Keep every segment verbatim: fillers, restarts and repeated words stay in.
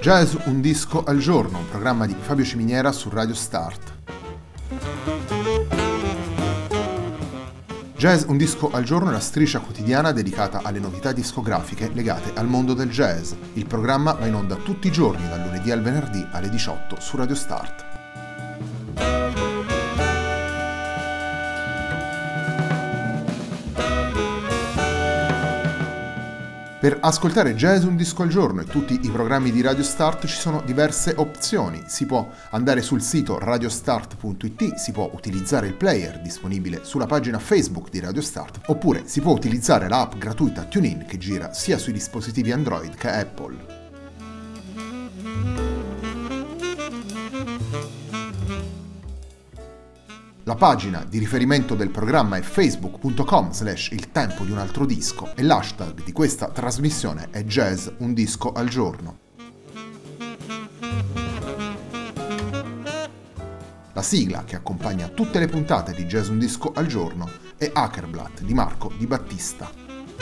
Jazz un disco al giorno, un programma di Fabio Ciminiera su Radio Start. Jazz un disco al giorno è la striscia quotidiana dedicata alle novità discografiche legate al mondo del jazz. Il programma va in onda tutti i giorni, dal lunedì al venerdì alle diciotto su Radio Start. Per ascoltare Jazz un disco al giorno e tutti i programmi di Radio Start ci sono diverse opzioni. Si può andare sul sito radiostart punto it, si può utilizzare il player disponibile sulla pagina Facebook di Radio Start, oppure si può utilizzare l'app gratuita TuneIn che gira sia sui dispositivi Android che Apple. La pagina di riferimento del programma è facebook punto com slash il tempo di un altro disco e l'hashtag di questa trasmissione è Jazz un disco al giorno. La sigla che accompagna tutte le puntate di Jazz un disco al giorno è Hackerblatt di Marco Di Battista.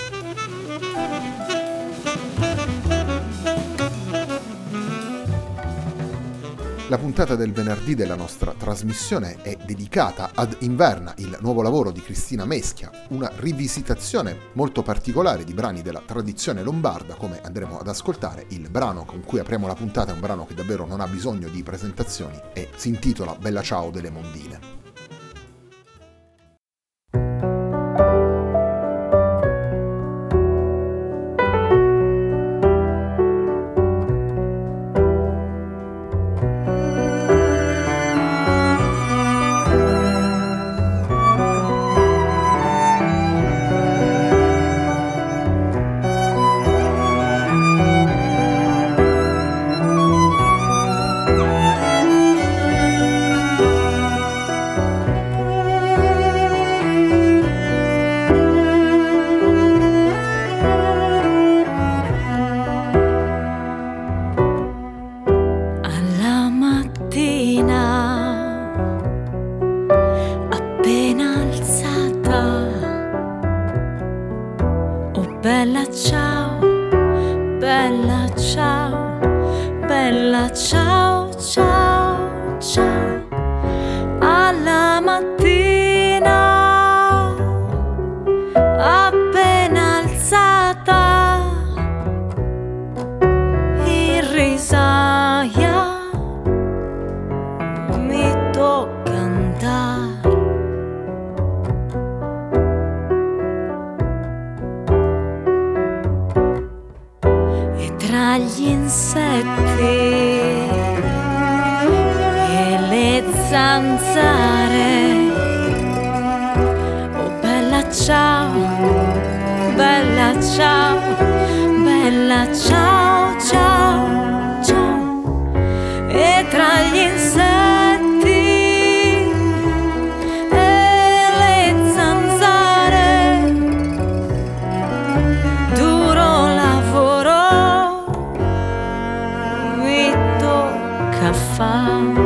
La puntata del venerdì della nostra trasmissione è dedicata ad Inverna, il nuovo lavoro di Cristina Meschia, una rivisitazione molto particolare di brani della tradizione lombarda, come andremo ad ascoltare. Il brano con cui apriamo la puntata è un brano che davvero non ha bisogno di presentazioni e si intitola Bella ciao delle Mondine. Bella ciao, bella ciao, bella ciao, ciao, ciao. Alla mattina, appena alzata, in risaia mi tocca andare. Tra gli insetti e le zanzare, oh bella ciao, bella ciao, bella ciao, ciao, ciao. E tra gli insetti e le zanzare, duro lavoro fa.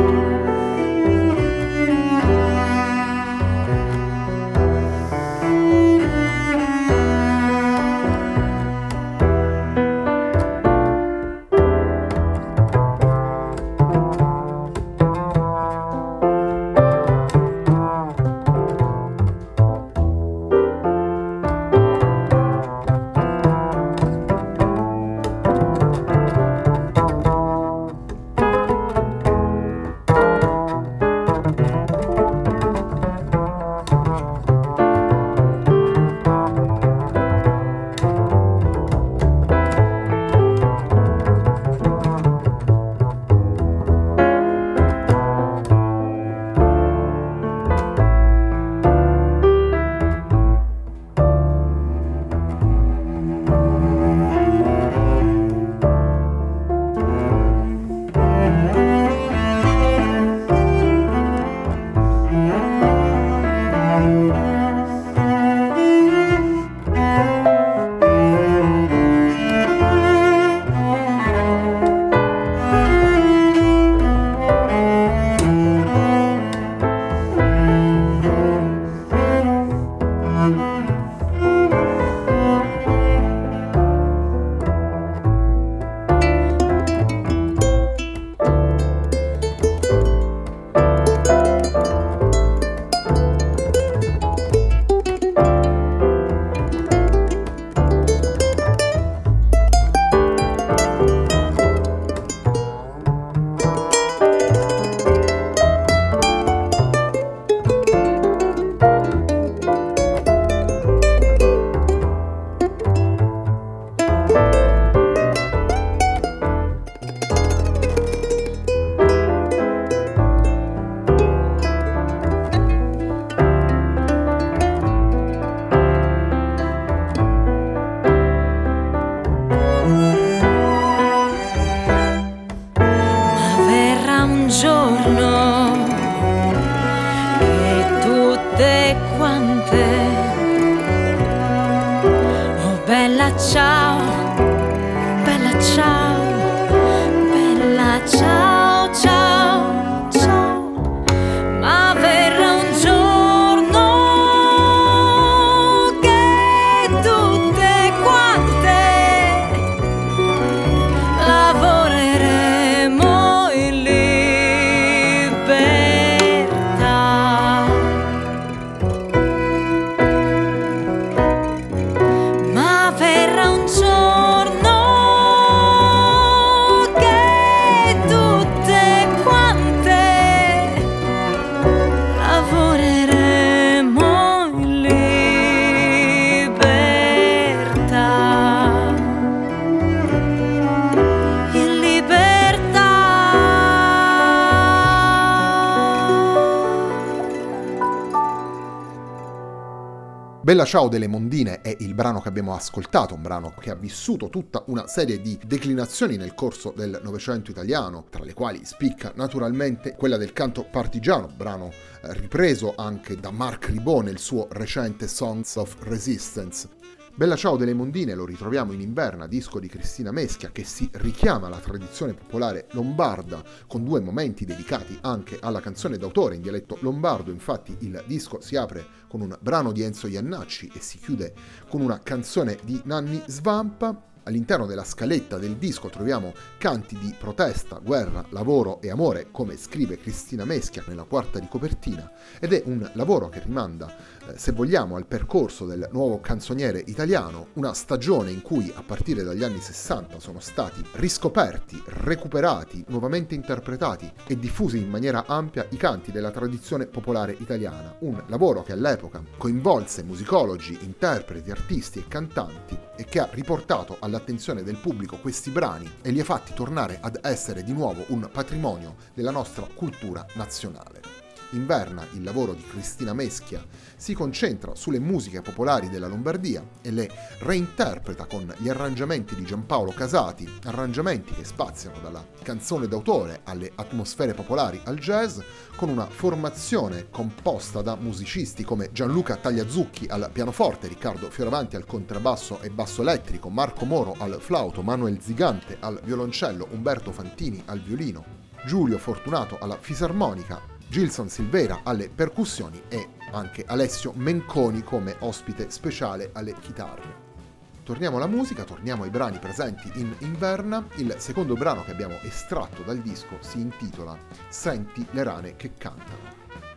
Bella ciao delle Mondine è il brano che abbiamo ascoltato, un brano che ha vissuto tutta una serie di declinazioni nel corso del Novecento italiano, tra le quali spicca naturalmente quella del canto partigiano, brano eh, ripreso anche da Marc Ribot nel suo recente Songs of Resistance. Bella ciao delle Mondine lo ritroviamo in Inverna, disco di Cristina Meschia, che si richiama alla tradizione popolare lombarda con due momenti dedicati anche alla canzone d'autore in dialetto lombardo. Infatti il disco si apre con un brano di Enzo Iannacci e si chiude con una canzone di Nanni Svampa. All'interno della scaletta del disco troviamo canti di protesta, guerra, lavoro e amore, come scrive Cristina Meschia nella quarta di copertina, ed è un lavoro che rimanda, eh, se vogliamo, al percorso del nuovo canzoniere italiano, una stagione in cui a partire dagli anni sessanta sono stati riscoperti, recuperati, nuovamente interpretati e diffusi in maniera ampia i canti della tradizione popolare italiana, un lavoro che all'epoca coinvolse musicologi, interpreti, artisti e cantanti e che ha riportato all'attenzione del pubblico questi brani e li ha fatti tornare ad essere di nuovo un patrimonio della nostra cultura nazionale. Inverna, il lavoro di Cristina Meschia, si concentra sulle musiche popolari della Lombardia e le reinterpreta con gli arrangiamenti di Giampaolo Casati, arrangiamenti che spaziano dalla canzone d'autore alle atmosfere popolari al jazz, con una formazione composta da musicisti come Gianluca Tagliazucchi al pianoforte, Riccardo Fioravanti al contrabbasso e basso elettrico, Marco Moro al flauto, Manuel Zigante al violoncello, Umberto Fantini al violino, Giulio Fortunato alla fisarmonica, Gilson Silvera alle percussioni e anche Alessio Menconi come ospite speciale alle chitarre. Torniamo alla musica, torniamo ai brani presenti in Inverna. Il secondo brano che abbiamo estratto dal disco si intitola Senti le rane che cantano.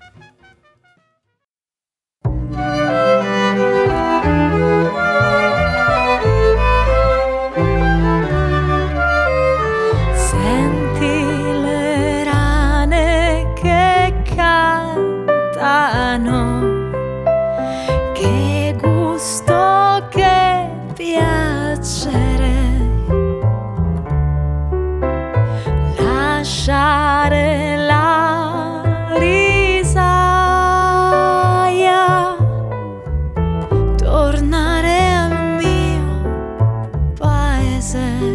Che gusto, che piacere, lasciare la risaia, tornare al mio paese.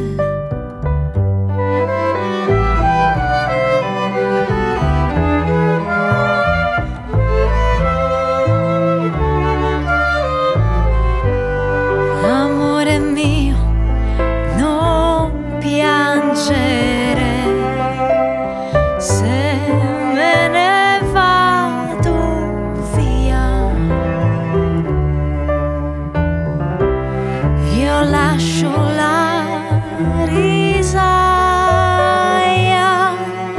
Lascio la risaia,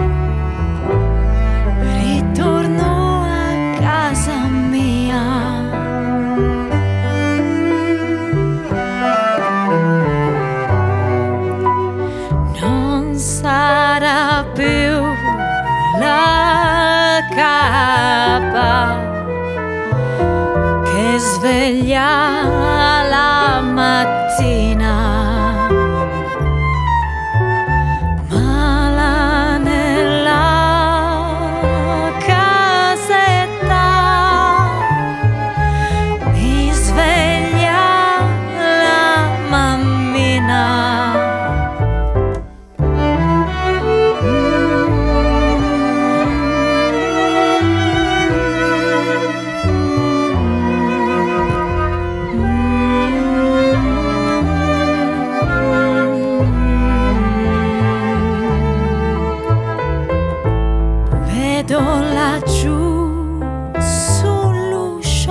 ritorno a casa mia. Non sarà più la capa che sveglia la mattina, ma là nella casetta mi sveglia la mammina. Vedo laggiù sull'uscio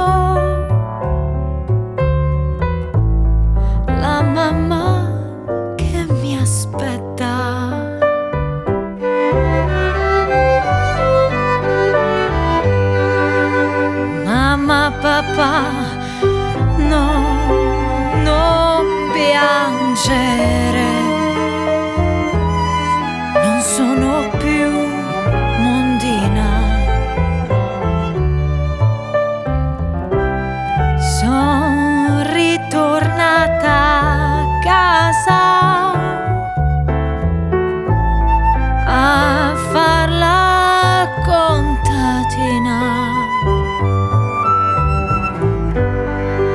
la mamma che mi aspetta. Mamma, papà, no, non piangere, non sono più mondina, son ritornata a casa a far la contadina.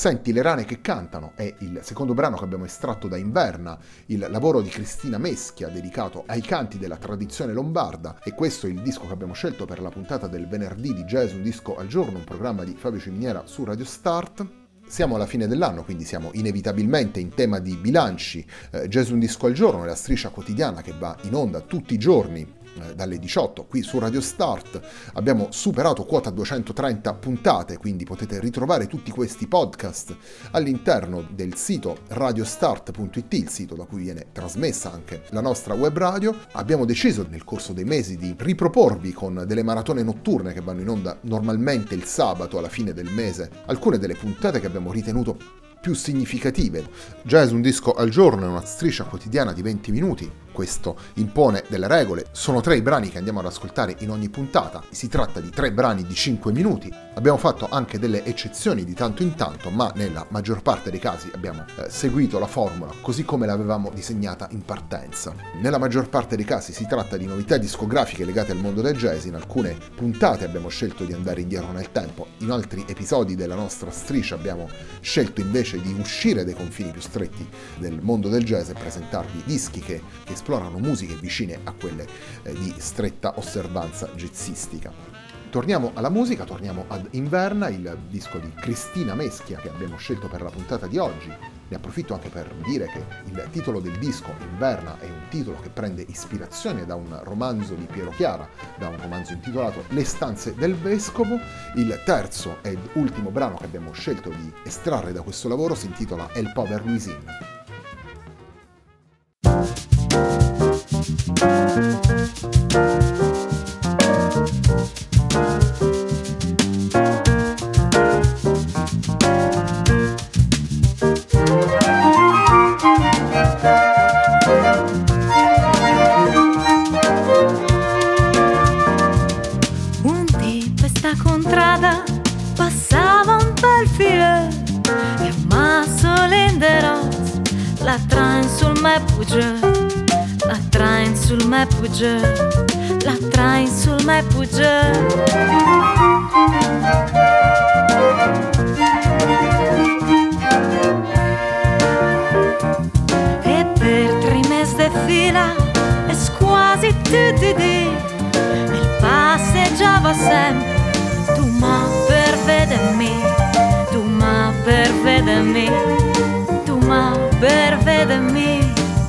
Senti le rane che cantano è il secondo brano che abbiamo estratto da Inverna, il lavoro di Cristina Meschia dedicato ai canti della tradizione lombarda, e questo è il disco che abbiamo scelto per la puntata del venerdì di Jazz Un Disco al Giorno, un programma di Fabio Ciminiera su Radio Start. Siamo alla fine dell'anno, quindi siamo inevitabilmente in tema di bilanci. Eh, Jazz Un Disco al Giorno è la striscia quotidiana che va in onda tutti i giorni dalle diciotto qui su Radio Start. Abbiamo superato quota duecentotrenta puntate, quindi potete ritrovare tutti questi podcast all'interno del sito radiostart punto it, il sito da cui viene trasmessa anche la nostra web radio. Abbiamo deciso nel corso dei mesi di riproporvi con delle maratone notturne che vanno in onda normalmente il sabato alla fine del mese alcune delle puntate che abbiamo ritenuto più significative. Jazz Un Disco al Giorno è una striscia quotidiana di venti minuti, questo impone delle regole, sono tre i brani che andiamo ad ascoltare in ogni puntata, si tratta di tre brani di cinque minuti, abbiamo fatto anche delle eccezioni di tanto in tanto, ma nella maggior parte dei casi abbiamo eh, seguito la formula così come l'avevamo disegnata in partenza. Nella maggior parte dei casi si tratta di novità discografiche legate al mondo del jazz, in alcune puntate abbiamo scelto di andare indietro nel tempo, in altri episodi della nostra striscia abbiamo scelto invece di uscire dai confini più stretti del mondo del jazz e presentarvi dischi che, che esplorano musiche vicine a quelle eh, di stretta osservanza jazzistica. Torniamo alla musica, torniamo ad Inverna, il disco di Cristina Meschia che abbiamo scelto per la puntata di oggi. Ne approfitto anche per dire che il titolo del disco, Inverna, è un titolo che prende ispirazione da un romanzo di Piero Chiara, da un romanzo intitolato Le stanze del vescovo. Il terzo ed ultimo brano che abbiamo scelto di estrarre da questo lavoro si intitola El Pover Luisin. La train sul me puge, la train sul me puge, la train sul me puge. E per tre mesi de fila è quasi tutti i dì il passeggiava sempre, tu ma per vedermi, tu ma per vedermi, tu ma per vedermi.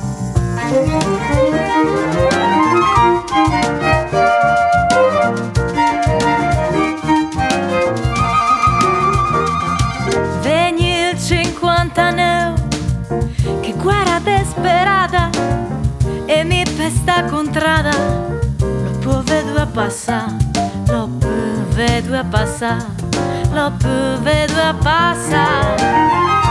Vegni il cinquantanove, che guerra desperata, e mi pesta contrada, lo può vedere passare, lo può vedere passare, lo può vedere passare.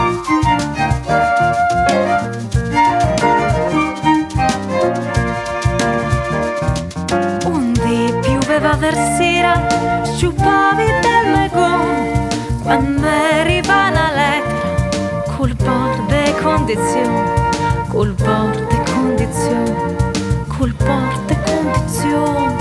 Versira, sciupavi del megone, quando arriva una lettera, col porte condizioni, col porte condizioni, col porte condizioni.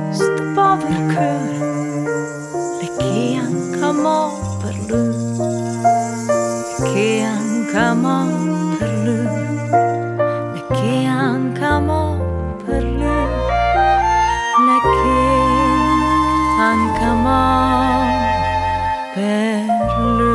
sto povero cuore, e chi anche amò per lui, e chi anche amò per lui, e chi anche amò per lui, e chi anche amò per lui.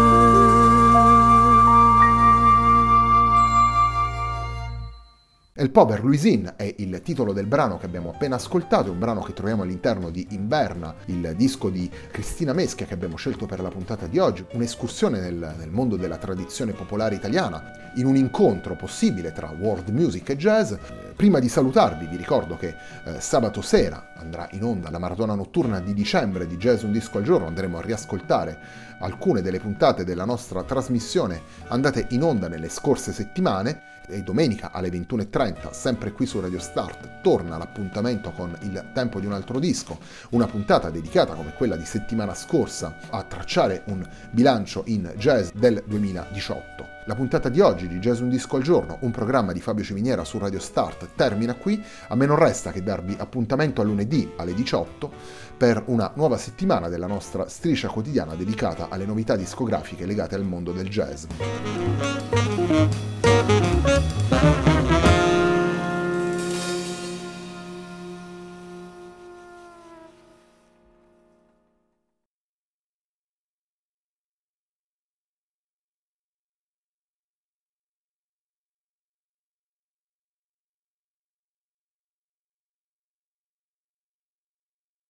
El Pover Louisin è il titolo del brano che abbiamo appena ascoltato, è un brano che troviamo all'interno di Inverna, il disco di Cristina Meschia che abbiamo scelto per la puntata di oggi, un'escursione nel, nel mondo della tradizione popolare italiana, in un incontro possibile tra world music e jazz. Prima di salutarvi vi ricordo che eh, sabato sera andrà in onda la maratona notturna di dicembre di Jazz Un Disco al Giorno, andremo a riascoltare alcune delle puntate della nostra trasmissione andate in onda nelle scorse settimane. E domenica alle ventuno e trenta, sempre qui su Radio Start, torna l'appuntamento con Il tempo di un altro disco, una puntata dedicata come quella di settimana scorsa a tracciare un bilancio in jazz del duemiladiciotto. La puntata di oggi di Jazz Un Disco al Giorno, un programma di Fabio Ciminiera su Radio Start, termina qui. A me non resta che darvi appuntamento a lunedì alle diciotto per una nuova settimana della nostra striscia quotidiana dedicata alle novità discografiche legate al mondo del jazz. Thank you.